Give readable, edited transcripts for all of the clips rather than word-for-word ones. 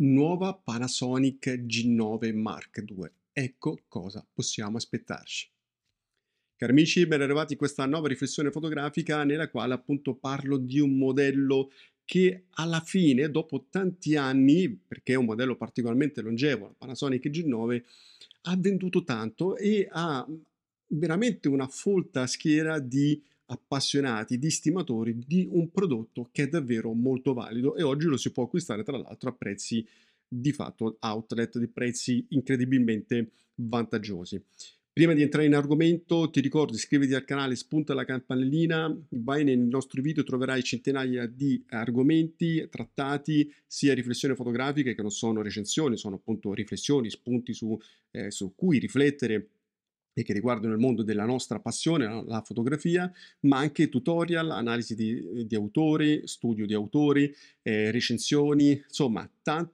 Nuova Panasonic G9 Mark II. Ecco cosa possiamo aspettarci. Cari amici, ben arrivati in questa nuova riflessione fotografica nella quale appunto parlo di un modello che alla fine, dopo tanti anni, perché è un modello particolarmente longevo, la Panasonic G9, ha venduto tanto e ha veramente una folta schiera di appassionati, di stimatori di un prodotto che è davvero molto valido e oggi lo si può acquistare tra l'altro a prezzi di fatto outlet, di prezzi incredibilmente vantaggiosi. Prima di entrare in argomento, ti ricordo iscriviti al canale, spunta la campanellina, vai nei nostri video, troverai centinaia di argomenti trattati, sia riflessioni fotografiche che non sono recensioni, sono appunto riflessioni, spunti su cui riflettere e che riguardano il mondo della nostra passione, la fotografia, ma anche tutorial, analisi di autori, studio di autori, recensioni, insomma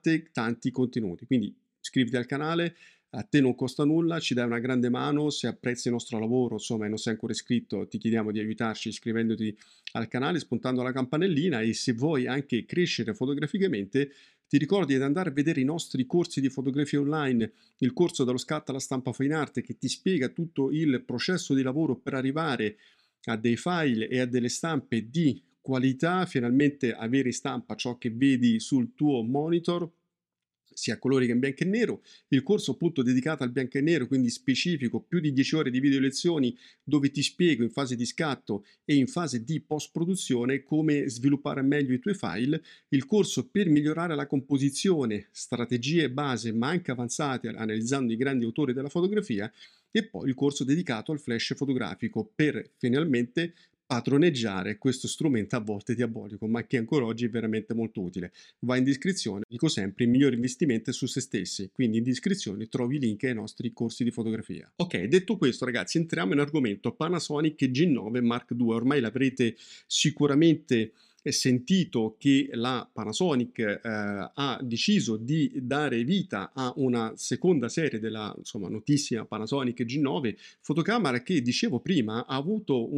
tanti contenuti. Quindi iscriviti al canale, a te non costa nulla, ci dai una grande mano, se apprezzi il nostro lavoro, insomma, e non sei ancora iscritto, ti chiediamo di aiutarci iscrivendoti al canale, spuntando la campanellina e se vuoi anche crescere fotograficamente, ti ricordi di andare a vedere i nostri corsi di fotografia online, il corso dallo scatto alla stampa fine art che ti spiega tutto il processo di lavoro per arrivare a dei file e a delle stampe di qualità, finalmente avere in stampa ciò che vedi sul tuo monitor sia a colori che in bianco e nero, il corso appunto dedicato al bianco e nero, quindi specifico, più di 10 ore di video lezioni dove ti spiego in fase di scatto e in fase di post-produzione come sviluppare meglio i tuoi file, il corso per migliorare la composizione, strategie base ma anche avanzate analizzando i grandi autori della fotografia e poi il corso dedicato al flash fotografico per finalmente padroneggiare questo strumento a volte diabolico, ma che ancora oggi è veramente molto utile. Vai in descrizione, dico sempre, il migliore investimento è su se stessi, quindi in descrizione trovi i link ai nostri corsi di fotografia. Ok, detto questo ragazzi, entriamo in argomento Panasonic G9 Mark II, ormai l'avrete sicuramente sentito che la Panasonic ha deciso di dare vita a una seconda serie della insomma notissima Panasonic G9 fotocamera che dicevo prima ha avuto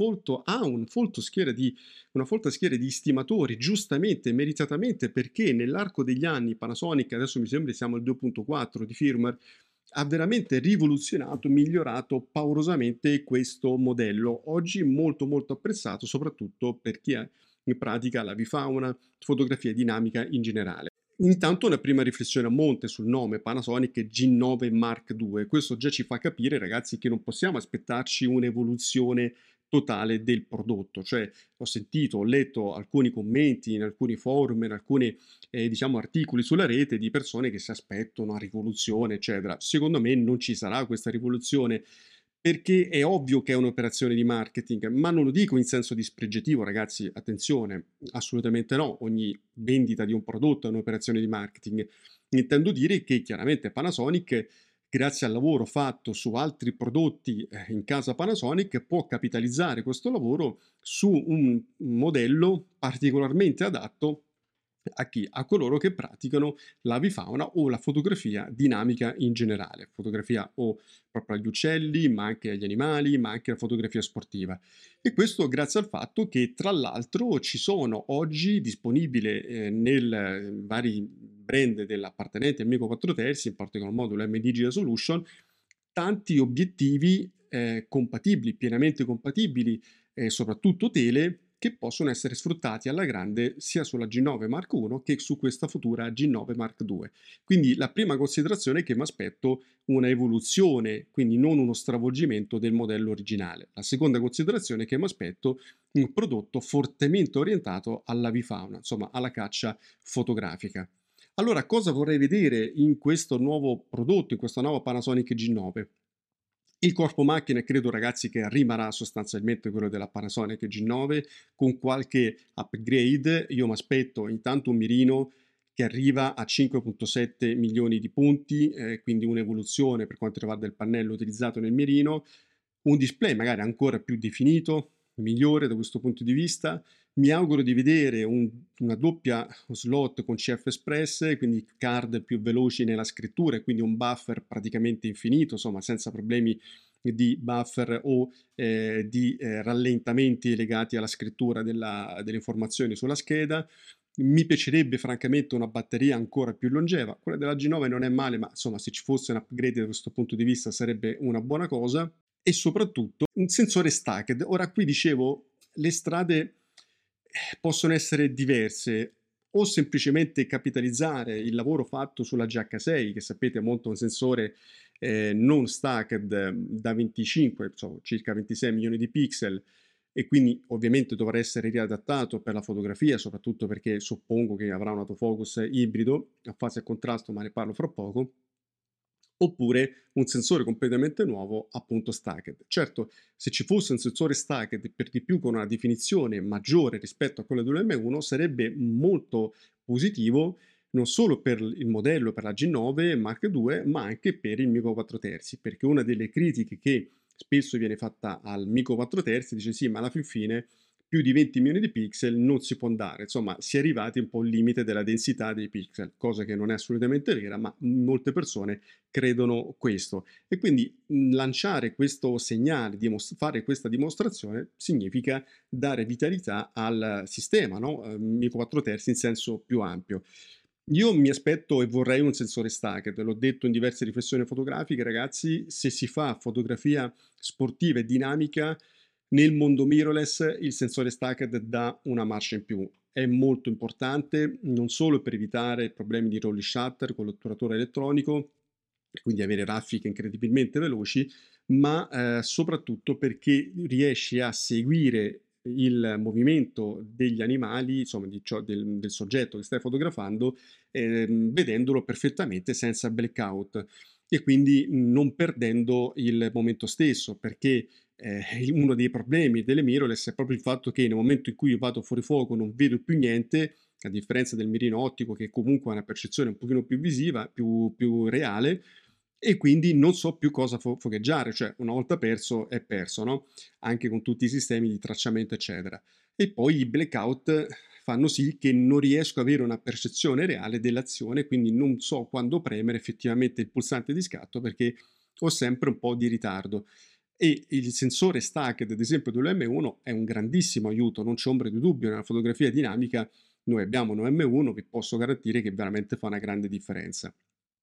una folta schiera di stimatori, giustamente, meritatamente, perché nell'arco degli anni Panasonic, adesso mi sembra siamo al 2.4 di firmware, ha veramente rivoluzionato, migliorato paurosamente questo modello, oggi molto apprezzato soprattutto per chi è in pratica la vifauna, fotografia dinamica in generale. Intanto una prima riflessione a monte sul nome Panasonic G9 Mark II. Questo già ci fa capire, ragazzi, che non possiamo aspettarci un'evoluzione totale del prodotto. Cioè, ho letto alcuni commenti in alcuni forum, in alcuni diciamo articoli sulla rete di persone che si aspettano una rivoluzione, eccetera. Secondo me non ci sarà questa rivoluzione perché è ovvio che è un'operazione di marketing, ma non lo dico in senso dispregiativo, ragazzi, attenzione, assolutamente no, ogni vendita di un prodotto è un'operazione di marketing. Intendo dire che chiaramente Panasonic, grazie al lavoro fatto su altri prodotti in casa Panasonic, può capitalizzare questo lavoro su un modello particolarmente adatto a chi? A coloro che praticano l'avifauna o la fotografia dinamica in generale, fotografia o proprio agli uccelli, ma anche agli animali, ma anche la fotografia sportiva. E questo grazie al fatto che tra l'altro ci sono oggi disponibile nel vari brand dell'appartenente Amico 4 Terzi, in particolar modo l'M Digital Solution, tanti obiettivi compatibili, pienamente compatibili, soprattutto tele, che possono essere sfruttati alla grande sia sulla G9 Mark I che su questa futura G9 Mark II. Quindi la prima considerazione è che mi aspetto una evoluzione, quindi non uno stravolgimento del modello originale. La seconda considerazione è che mi aspetto un prodotto fortemente orientato all'avifauna, insomma alla caccia fotografica. Allora, cosa vorrei vedere in questo nuovo prodotto, in questa nuova Panasonic G9? Il corpo macchina credo ragazzi che rimarrà sostanzialmente quello della Panasonic G9 con qualche upgrade. Io mi aspetto intanto un mirino che arriva a 5.7 milioni di punti, quindi un'evoluzione per quanto riguarda il pannello utilizzato nel mirino, un display magari ancora più definito, migliore da questo punto di vista. Mi auguro di vedere una doppia slot con CF Express, quindi card più veloci nella scrittura e quindi un buffer praticamente infinito, insomma senza problemi di buffer o di rallentamenti legati alla scrittura delle informazioni sulla scheda. Mi piacerebbe francamente una batteria ancora più longeva. Quella della G9 non è male, ma insomma se ci fosse un upgrade da questo punto di vista sarebbe una buona cosa. E soprattutto un sensore stacked. Ora qui dicevo, le strade possono essere diverse, o semplicemente capitalizzare il lavoro fatto sulla GH6, che sapete monta un sensore non stacked da 25, insomma, circa 26 milioni di pixel, e quindi ovviamente dovrà essere riadattato per la fotografia, soprattutto perché suppongo che avrà un autofocus ibrido a fase e contrasto, ma ne parlo fra poco, oppure un sensore completamente nuovo, appunto stacked. Certo, se ci fosse un sensore stacked per di più con una definizione maggiore rispetto a quella dell'M1 sarebbe molto positivo non solo per il modello per la G9 Mark II, ma anche per il Mico 4 terzi, perché una delle critiche che spesso viene fatta al Mico 4 terzi dice sì, ma alla fin fine più di 20 milioni di pixel non si può andare, insomma si è arrivati un po' al limite della densità dei pixel, cosa che non è assolutamente vera, ma molte persone credono questo. E quindi lanciare questo segnale, fare questa dimostrazione significa dare vitalità al sistema, no? Mico 4 terzi in senso più ampio. Io mi aspetto e vorrei un sensore stacked, l'ho detto in diverse riflessioni fotografiche, ragazzi, se si fa fotografia sportiva e dinamica, nel mondo mirrorless il sensore stacked dà una marcia in più. È molto importante non solo per evitare problemi di rolling shutter con l'otturatore elettronico, quindi avere raffiche incredibilmente veloci, ma soprattutto perché riesci a seguire il movimento degli animali, insomma del soggetto che stai fotografando, vedendolo perfettamente senza blackout e quindi non perdendo il momento stesso, perché uno dei problemi delle mirrorless è proprio il fatto che nel momento in cui io vado fuori fuoco non vedo più niente, a differenza del mirino ottico che comunque ha una percezione un pochino più visiva, più reale, e quindi non so più cosa fogheggiare, cioè una volta perso è perso, no? Anche con tutti i sistemi di tracciamento, eccetera. E poi i blackout fanno sì che non riesco ad avere una percezione reale dell'azione, quindi non so quando premere effettivamente il pulsante di scatto perché ho sempre un po' di ritardo. E il sensore stacked, ad esempio, dell'M1 è un grandissimo aiuto, non c'è ombra di dubbio, nella fotografia dinamica noi abbiamo un M1, vi posso garantire che veramente fa una grande differenza.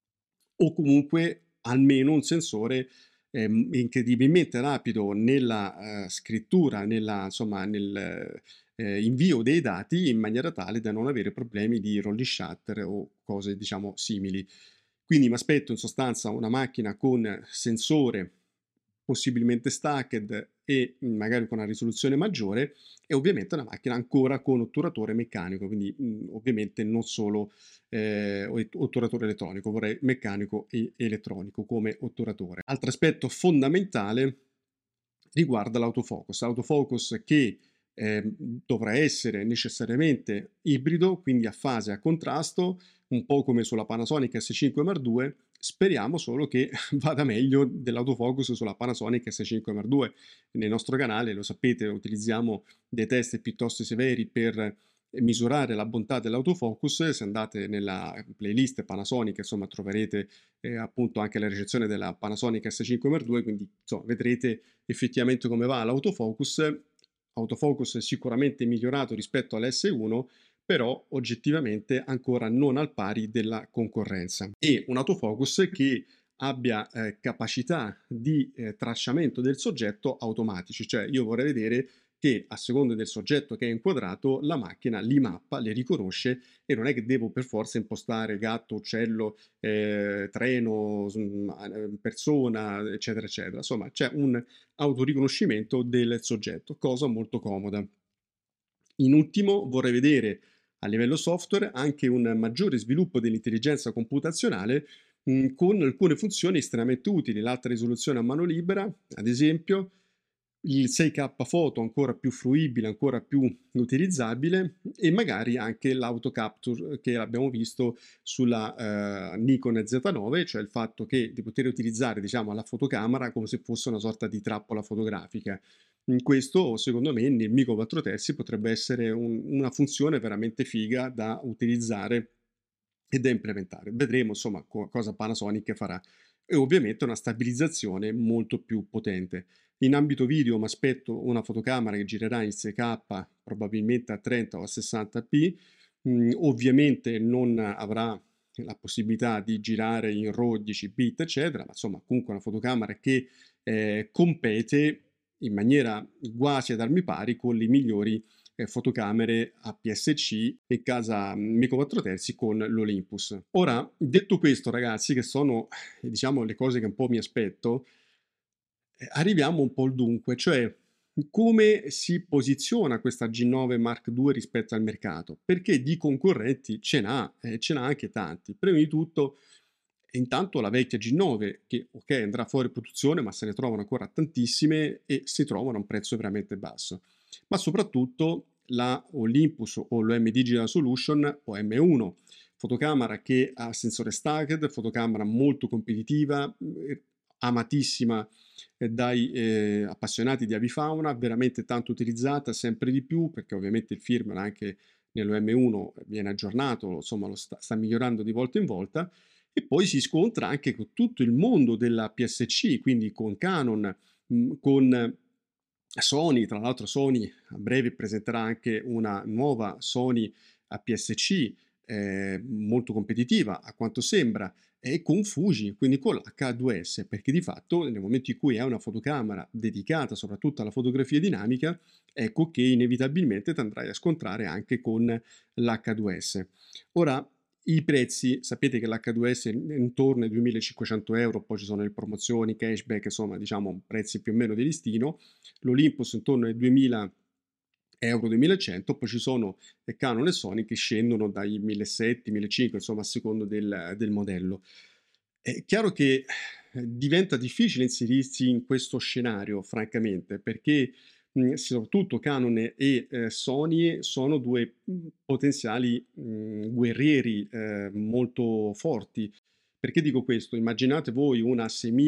O comunque almeno un sensore incredibilmente rapido nella scrittura, insomma, nel invio dei dati in maniera tale da non avere problemi di rolling shutter o cose diciamo simili. Quindi mi aspetto in sostanza una macchina con sensore possibilmente stacked e magari con una risoluzione maggiore e ovviamente una macchina ancora con otturatore meccanico, quindi ovviamente non solo otturatore elettronico, vorrei meccanico e elettronico come otturatore. Altro aspetto fondamentale riguarda l'autofocus. L'autofocus che dovrà essere necessariamente ibrido, quindi a fase a contrasto, un po' come sulla Panasonic S5 Mark II, speriamo solo che vada meglio dell'autofocus sulla Panasonic S5 Mark II. Nel nostro canale, lo sapete, utilizziamo dei test piuttosto severi per misurare la bontà dell'autofocus. Se andate nella playlist Panasonic, insomma, troverete appunto anche la recensione della Panasonic S5 Mark II, quindi insomma, vedrete effettivamente come va l'autofocus. Autofocus è sicuramente migliorato rispetto all'S1, però oggettivamente ancora non al pari della concorrenza. E un autofocus che abbia capacità di tracciamento del soggetto automatici, cioè io vorrei vedere che a seconda del soggetto che è inquadrato la macchina li mappa, li riconosce e non è che devo per forza impostare gatto, uccello, treno, persona, eccetera, eccetera. Insomma, c'è un autoriconoscimento del soggetto, cosa molto comoda. In ultimo vorrei vedere a livello software anche un maggiore sviluppo dell'intelligenza computazionale con alcune funzioni estremamente utili, l'alta risoluzione a mano libera, ad esempio, il 6K foto ancora più fruibile, ancora più utilizzabile e magari anche l'auto capture che abbiamo visto sulla Nikon Z9, cioè il fatto che di poter utilizzare diciamo la fotocamera come se fosse una sorta di trappola fotografica. In questo secondo me nel Mico 4 terzi potrebbe essere una funzione veramente figa da utilizzare e da implementare. Vedremo insomma cosa Panasonic farà e ovviamente una stabilizzazione molto più potente. In ambito video mi aspetto una fotocamera che girerà in 6K, probabilmente a 30 o a 60p, Ovviamente non avrà la possibilità di girare in RAW 10 bit, eccetera, ma insomma comunque una fotocamera che, compete in maniera quasi ad armi pari con le migliori, fotocamere APS-C e casa Micro 4 Terzi con l'Olympus. Ora, detto questo ragazzi, che sono diciamo le cose che un po' mi aspetto, arriviamo un po' al dunque, cioè come si posiziona questa G9 Mark II rispetto al mercato? Perché di concorrenti ce n'ha anche tanti. Prima di tutto, intanto la vecchia G9 che ok andrà fuori produzione, ma se ne trovano ancora tantissime e si trovano a un prezzo veramente basso. Ma soprattutto la Olympus o l'OM Digital Solution o M1, fotocamera che ha sensore stacked, fotocamera molto competitiva, amatissima dai appassionati di avifauna, veramente tanto utilizzata, sempre di più, perché ovviamente il firmware anche nell'OM1 viene aggiornato, insomma lo sta migliorando di volta in volta, e poi si scontra anche con tutto il mondo della PSC, quindi con Canon, con Sony, tra l'altro Sony a breve presenterà anche una nuova Sony APS-C molto competitiva a quanto sembra, e con Fuji, quindi con l'H2S, perché di fatto nel momento in cui è una fotocamera dedicata soprattutto alla fotografia dinamica, ecco che inevitabilmente ti andrai a scontrare anche con l'H2S. Ora, i prezzi, sapete che l'H2S è intorno ai 2.500 euro, poi ci sono le promozioni, cashback, insomma diciamo prezzi più o meno di listino, l'Olympus intorno ai 2000 euro 2100, poi ci sono Canon e Sony che scendono dai 1700, 1500, insomma a secondo del modello. È chiaro che diventa difficile inserirsi in questo scenario, francamente, perché soprattutto Canon e Sony sono due potenziali guerrieri molto forti. Perché dico questo? Immaginate voi una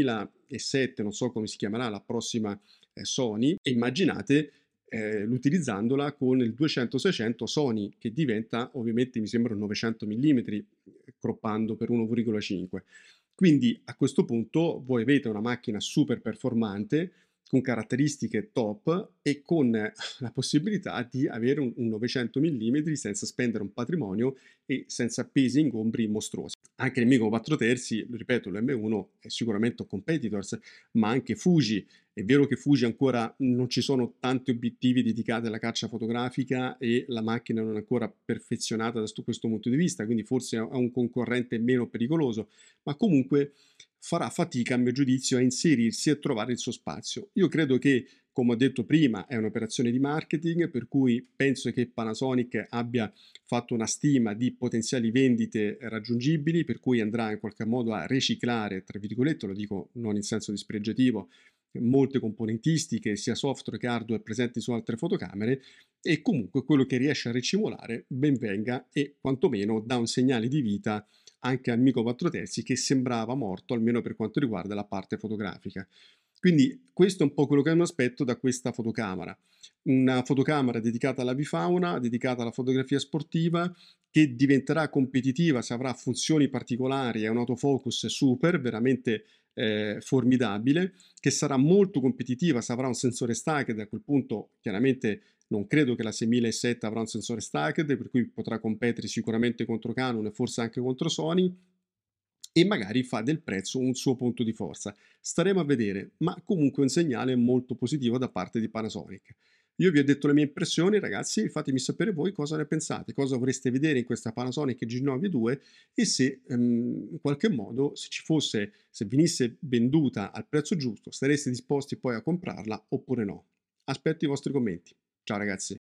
6007, non so come si chiamerà la prossima Sony, e immaginate l'utilizzandola con il 200-600 Sony, che diventa ovviamente mi sembra un 900 mm, croppando per 1,5. Quindi a questo punto voi avete una macchina super performante con caratteristiche top e con la possibilità di avere un 900 mm senza spendere un patrimonio e senza pesi e ingombri mostruosi. Anche il Migo 4 terzi, lo ripeto, l'M1 è sicuramente un competitors, ma anche Fuji. È vero che Fuji ancora non ci sono tanti obiettivi dedicati alla caccia fotografica e la macchina non è ancora perfezionata da questo punto di vista, quindi forse ha un concorrente meno pericoloso, ma comunque farà fatica, a mio giudizio, a inserirsi e a trovare il suo spazio. Io credo che, come ho detto prima, è un'operazione di marketing, per cui penso che Panasonic abbia fatto una stima di potenziali vendite raggiungibili, per cui andrà in qualche modo a riciclare, tra virgolette, lo dico non in senso dispregiativo, molte componentistiche, sia software che hardware presenti su altre fotocamere, e comunque quello che riesce a ricimolare ben venga e quantomeno dà un segnale di vita anche al Mico 4 terzi che sembrava morto, almeno per quanto riguarda la parte fotografica. Quindi questo è un po' quello che mi aspetto da questa fotocamera. Una fotocamera dedicata all'avifauna, dedicata alla fotografia sportiva, che diventerà competitiva se avrà funzioni particolari e un autofocus super, veramente formidabile, che sarà molto competitiva se avrà un sensore stacked. A quel punto chiaramente non credo che la 6007 avrà un sensore stacked, per cui potrà competere sicuramente contro Canon e forse anche contro Sony, e magari fa del prezzo un suo punto di forza. Staremo a vedere, ma comunque un segnale molto positivo da parte di Panasonic. Io vi ho detto le mie impressioni, ragazzi, fatemi sapere voi cosa ne pensate, cosa vorreste vedere in questa Panasonic G9 II e se in qualche modo, se ci fosse, se venisse venduta al prezzo giusto, sareste disposti poi a comprarla oppure no. Aspetto i vostri commenti. Ciao ragazzi.